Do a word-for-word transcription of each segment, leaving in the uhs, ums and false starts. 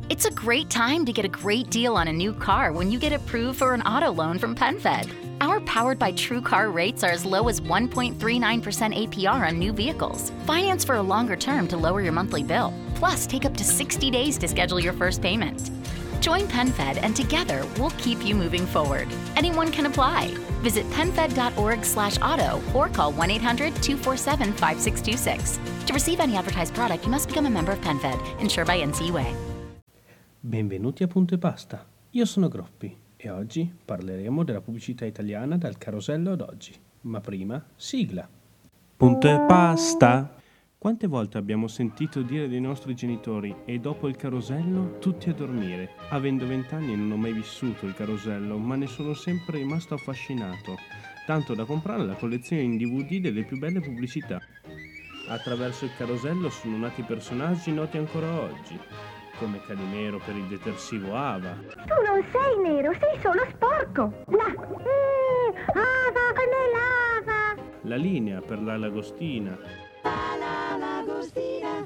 It's a great time to get a great deal on a new car when you get approved for an auto loan from PenFed. Our Powered by True Car rates are as low as one point three nine percent A P R on new vehicles. Finance for a longer term to lower your monthly bill. Plus, take up to sixty days to schedule your first payment. Join PenFed and together we'll keep you moving forward. Anyone can apply. Visit penfed.org slash auto or call one eight hundred two four seven five six two six. To receive any advertised product, you must become a member of PenFed, insured by N C U A. Benvenuti a Punto e Pasta, io sono Groppi e oggi parleremo della pubblicità italiana dal carosello ad oggi, ma prima sigla. Punto e Pasta! Quante volte abbiamo sentito dire dei nostri genitori e dopo il carosello tutti a dormire? Avendo vent'anni non ho mai vissuto il carosello, ma ne sono sempre rimasto affascinato, tanto da comprare la collezione in D V D delle più belle pubblicità. Attraverso il carosello sono nati personaggi noti ancora oggi, come Calimero per il detersivo Ava. Tu non sei nero, sei solo sporco. La... Mm, Ava, come lava. La Linea per la Lagostina. La la Lagostina.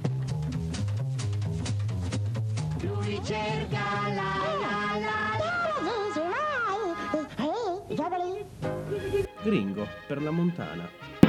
Lui cerca la la la. Gringo per la Montana.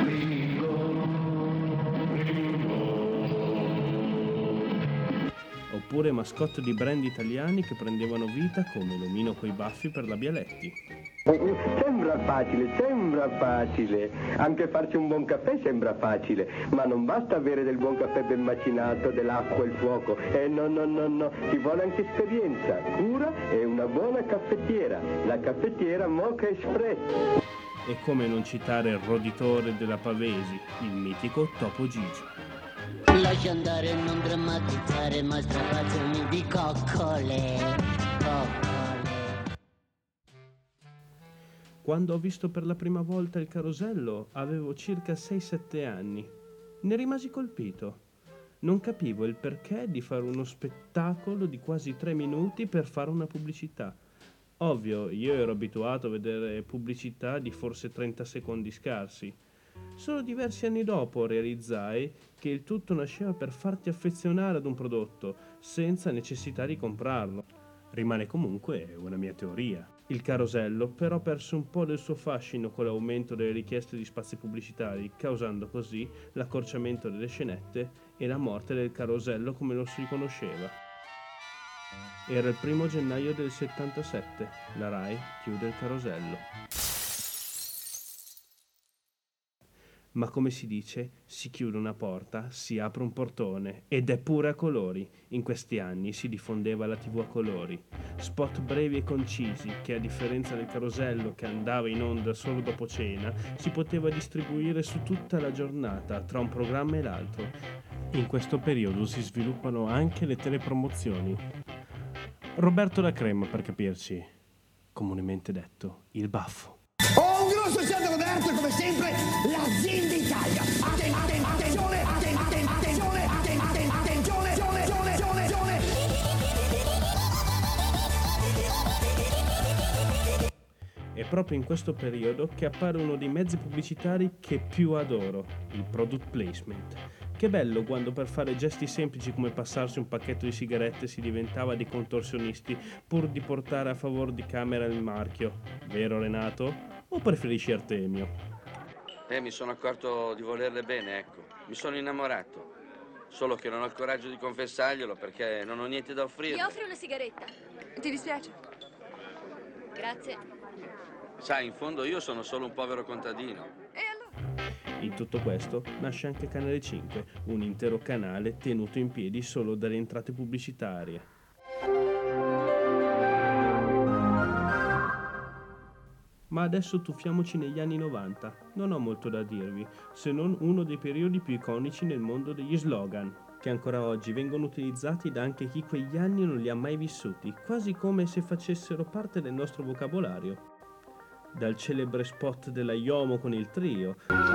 Oppure mascotte di brand italiani che prendevano vita come l'omino coi baffi per la Bialetti. Sembra facile, sembra facile. Anche farci un buon caffè sembra facile, ma non basta avere del buon caffè ben macinato, dell'acqua e il fuoco. E eh, no, no, no, no, ci vuole anche esperienza, cura e una buona caffettiera. La caffettiera Mocha Espresso. E come non citare il roditore della Pavesi, il mitico Topo Gigio. Lascia andare, non drammatizzare, ma strapazzoni di coccole, coccole. Quando ho visto per la prima volta il carosello avevo circa sei sette anni. Ne rimasi colpito. Non capivo il perché di fare uno spettacolo di quasi tre minuti per fare una pubblicità. Ovvio, io ero abituato a vedere pubblicità di forse trenta secondi scarsi. Solo diversi anni dopo realizzai che il tutto nasceva per farti affezionare ad un prodotto, senza necessità di comprarlo. Rimane comunque una mia teoria. Il carosello però perse un po' del suo fascino con l'aumento delle richieste di spazi pubblicitari, causando così l'accorciamento delle scenette e la morte del carosello come lo si conosceva. Era il primo gennaio del settantasette, la Rai chiude il carosello. Ma come si dice, si chiude una porta, si apre un portone, ed è pure a colori. In questi anni si diffondeva la tivù a colori. Spot brevi e concisi, che a differenza del carosello che andava in onda solo dopo cena, si poteva distribuire su tutta la giornata, tra un programma e l'altro. In questo periodo si sviluppano anche le telepromozioni. Roberto la Crema, per capirci, comunemente detto, il baffo. Oh, un grosso ciao da Roberto, come sempre, l'azienda Italia. Atten- atten- attenzione, atten- atten- attenzione, atten- atten- attenzione, attenzione, attenzione, attenzione. È proprio in questo periodo che appare uno dei mezzi pubblicitari che più adoro, il product placement. Che bello quando per fare gesti semplici come passarsi un pacchetto di sigarette si diventava dei contorsionisti pur di portare a favore di camera il marchio. Vero Renato? O preferisci Artemio? Eh, mi sono accorto di volerle bene, ecco. Mi sono innamorato. Solo che non ho il coraggio di confessarglielo perché non ho niente da offrire. Mi offri una sigaretta? Ti dispiace? Grazie. Sai, in fondo io sono solo un povero contadino. E allora? In tutto questo nasce anche Canale cinque, un intero canale tenuto in piedi solo dalle entrate pubblicitarie. Ma adesso tuffiamoci negli anni novanta. Non ho molto da dirvi, se non uno dei periodi più iconici nel mondo degli slogan, che ancora oggi vengono utilizzati da anche chi quegli anni non li ha mai vissuti, quasi come se facessero parte del nostro vocabolario. Dal celebre spot della Yomo con il trio,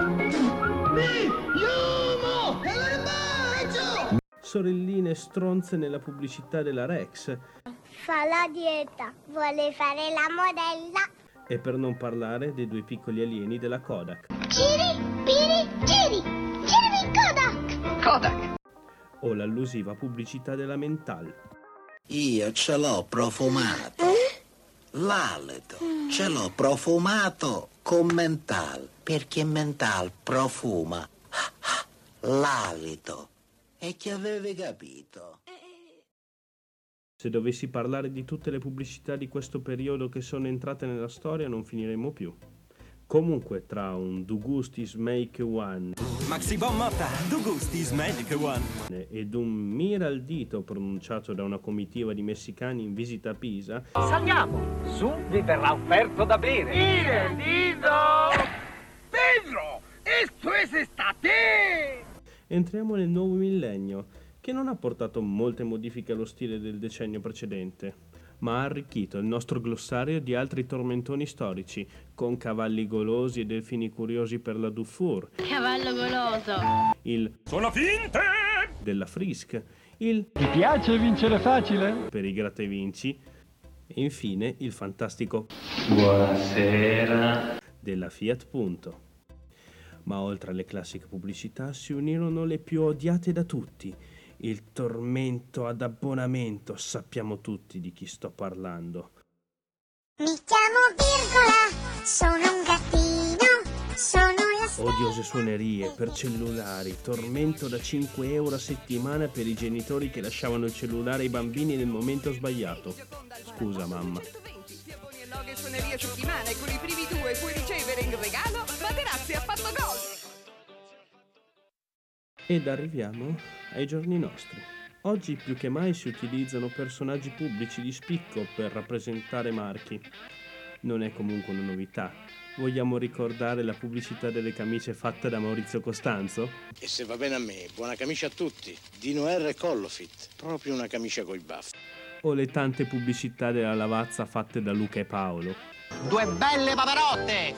sorelline stronze nella pubblicità della Rex, Fa la dieta, vuole fare la modella. e per non parlare dei due piccoli alieni della Kodak. Giri, piri, giri, giri Kodak. Kodak. O l'allusiva pubblicità della Mental. Io ce l'ho profumato. L'alito ce l'ho profumato con mental, perché mental profuma l'alito. E chi avevi capito? Se dovessi parlare di tutte le pubblicità di questo periodo che sono entrate nella storia non finiremmo più. Comunque, tra un Do Gustis Make One Maxi Bon Motta, Do Gustis Make One ed un Miraldito pronunciato da una comitiva di messicani in visita a Pisa, saliamo, su vi verrà offerto da bere. Miraldito! Pedro, esto es estate! entriamo nel nuovo millennio, che non ha portato molte modifiche allo stile del decennio precedente, ma ha arricchito il nostro glossario di altri tormentoni storici, con cavalli golosi e delfini curiosi per la Dufour, cavallo goloso, il sono finte della Frisk, il ti piace vincere facile? per i gratta e vinci, e infine il fantastico buonasera della Fiat Punto. Ma oltre alle classiche pubblicità si unirono le più odiate da tutti, il tormento ad abbonamento. Sappiamo tutti di chi sto parlando. Mi chiamo Virgola, sono un gattino, sono la... Odiose suonerie per cellulari, tormento da cinque euro a settimana per i genitori che lasciavano il cellulare ai bambini nel momento sbagliato. Scusa mamma. Che suoneria a settimana e con i primi due puoi ricevere in regalo Materazzi ha fatto gol. Ed arriviamo ai giorni nostri. Oggi più che mai si utilizzano personaggi pubblici di spicco per rappresentare marchi. Non è comunque una novità. Vogliamo ricordare la pubblicità delle camicie fatta da Maurizio Costanzo? E se va bene a me, buona camicia a tutti. Dino R. Collofit, proprio una camicia coi baffi. O le tante pubblicità della lavazza fatte da Luca e Paolo? Due belle paparotte!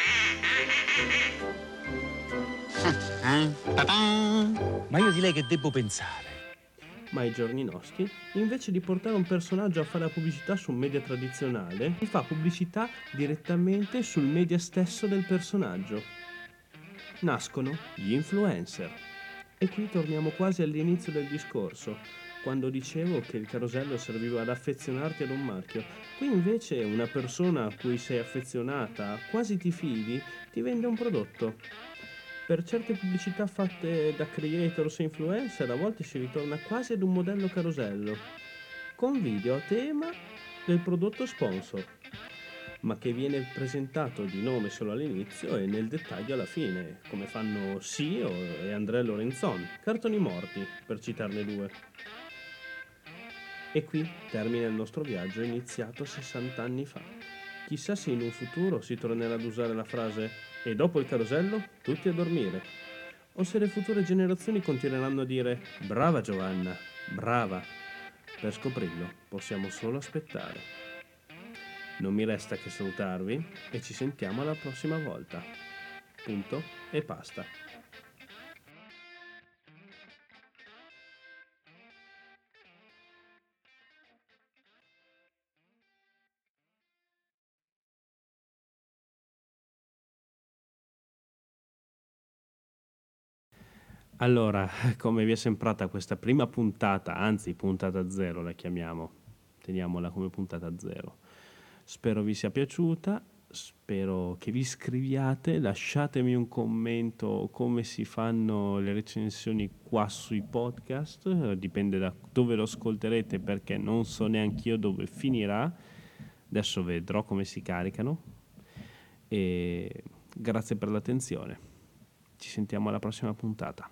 Ma io direi che devo pensare. Ma ai giorni nostri, invece di portare un personaggio a fare la pubblicità su un media tradizionale, si fa pubblicità direttamente sul media stesso del personaggio. Nascono gli influencer. E qui torniamo quasi all'inizio del discorso, quando dicevo che il carosello serviva ad affezionarti ad un marchio. Qui invece una persona a cui sei affezionata, quasi ti fidi, ti vende un prodotto. Per certe pubblicità fatte da creators e influencer a volte si ritorna quasi ad un modello carosello, con video a tema del prodotto sponsor, ma che viene presentato di nome solo all'inizio e nel dettaglio alla fine, come fanno Sio e Andrea Lorenzon, cartoni morti, per citarne due. E qui termina il nostro viaggio iniziato sessanta anni fa. Chissà se in un futuro si tornerà ad usare la frase "e dopo il carosello, tutti a dormire", o se le future generazioni continueranno a dire "brava Giovanna, brava". Per scoprirlo possiamo solo aspettare. Non mi resta che salutarvi e ci sentiamo alla prossima volta. Punto e basta. Allora, come vi è sembrata questa prima puntata, anzi puntata zero la chiamiamo, teniamola come puntata zero. Spero vi sia piaciuta, spero che vi iscriviate, lasciatemi un commento come si fanno le recensioni qua sui podcast, dipende da dove lo ascolterete perché non so neanche io dove finirà, adesso vedrò come si caricano e grazie per l'attenzione, ci sentiamo alla prossima puntata.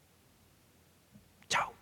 Ciao!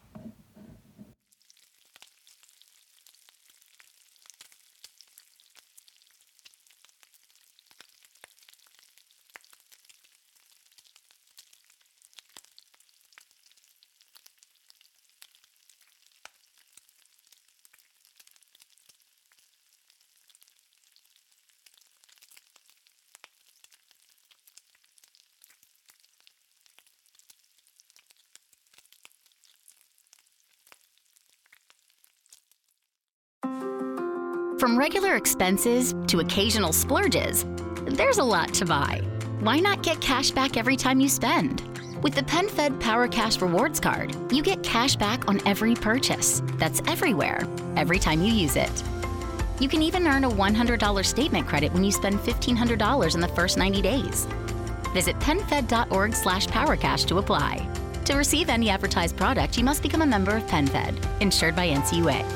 From regular expenses to occasional splurges, there's a lot to buy. Why not get cash back every time you spend? With the PenFed Power Cash Rewards Card, you get cash back on every purchase. That's everywhere, every time you use it. You can even earn a one hundred dollars statement credit when you spend fifteen hundred dollars in the first ninety days. Visit PenFed.org slash PowerCash to apply. To receive any advertised product, you must become a member of PenFed, insured by N C U A.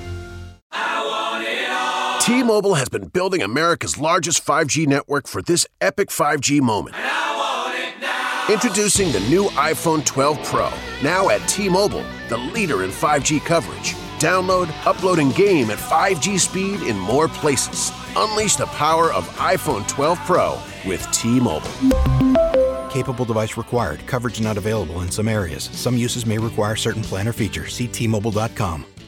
T-Mobile has been building America's largest five G network for this epic five G moment. Introducing the new iPhone twelve Pro, now at T-Mobile, the leader in five G coverage. Download, upload, and game at five G speed in more places. Unleash the power of iPhone twelve Pro with T-Mobile. Capable device required. Coverage not available in some areas. Some uses may require certain plan or features. See T Mobile dot com.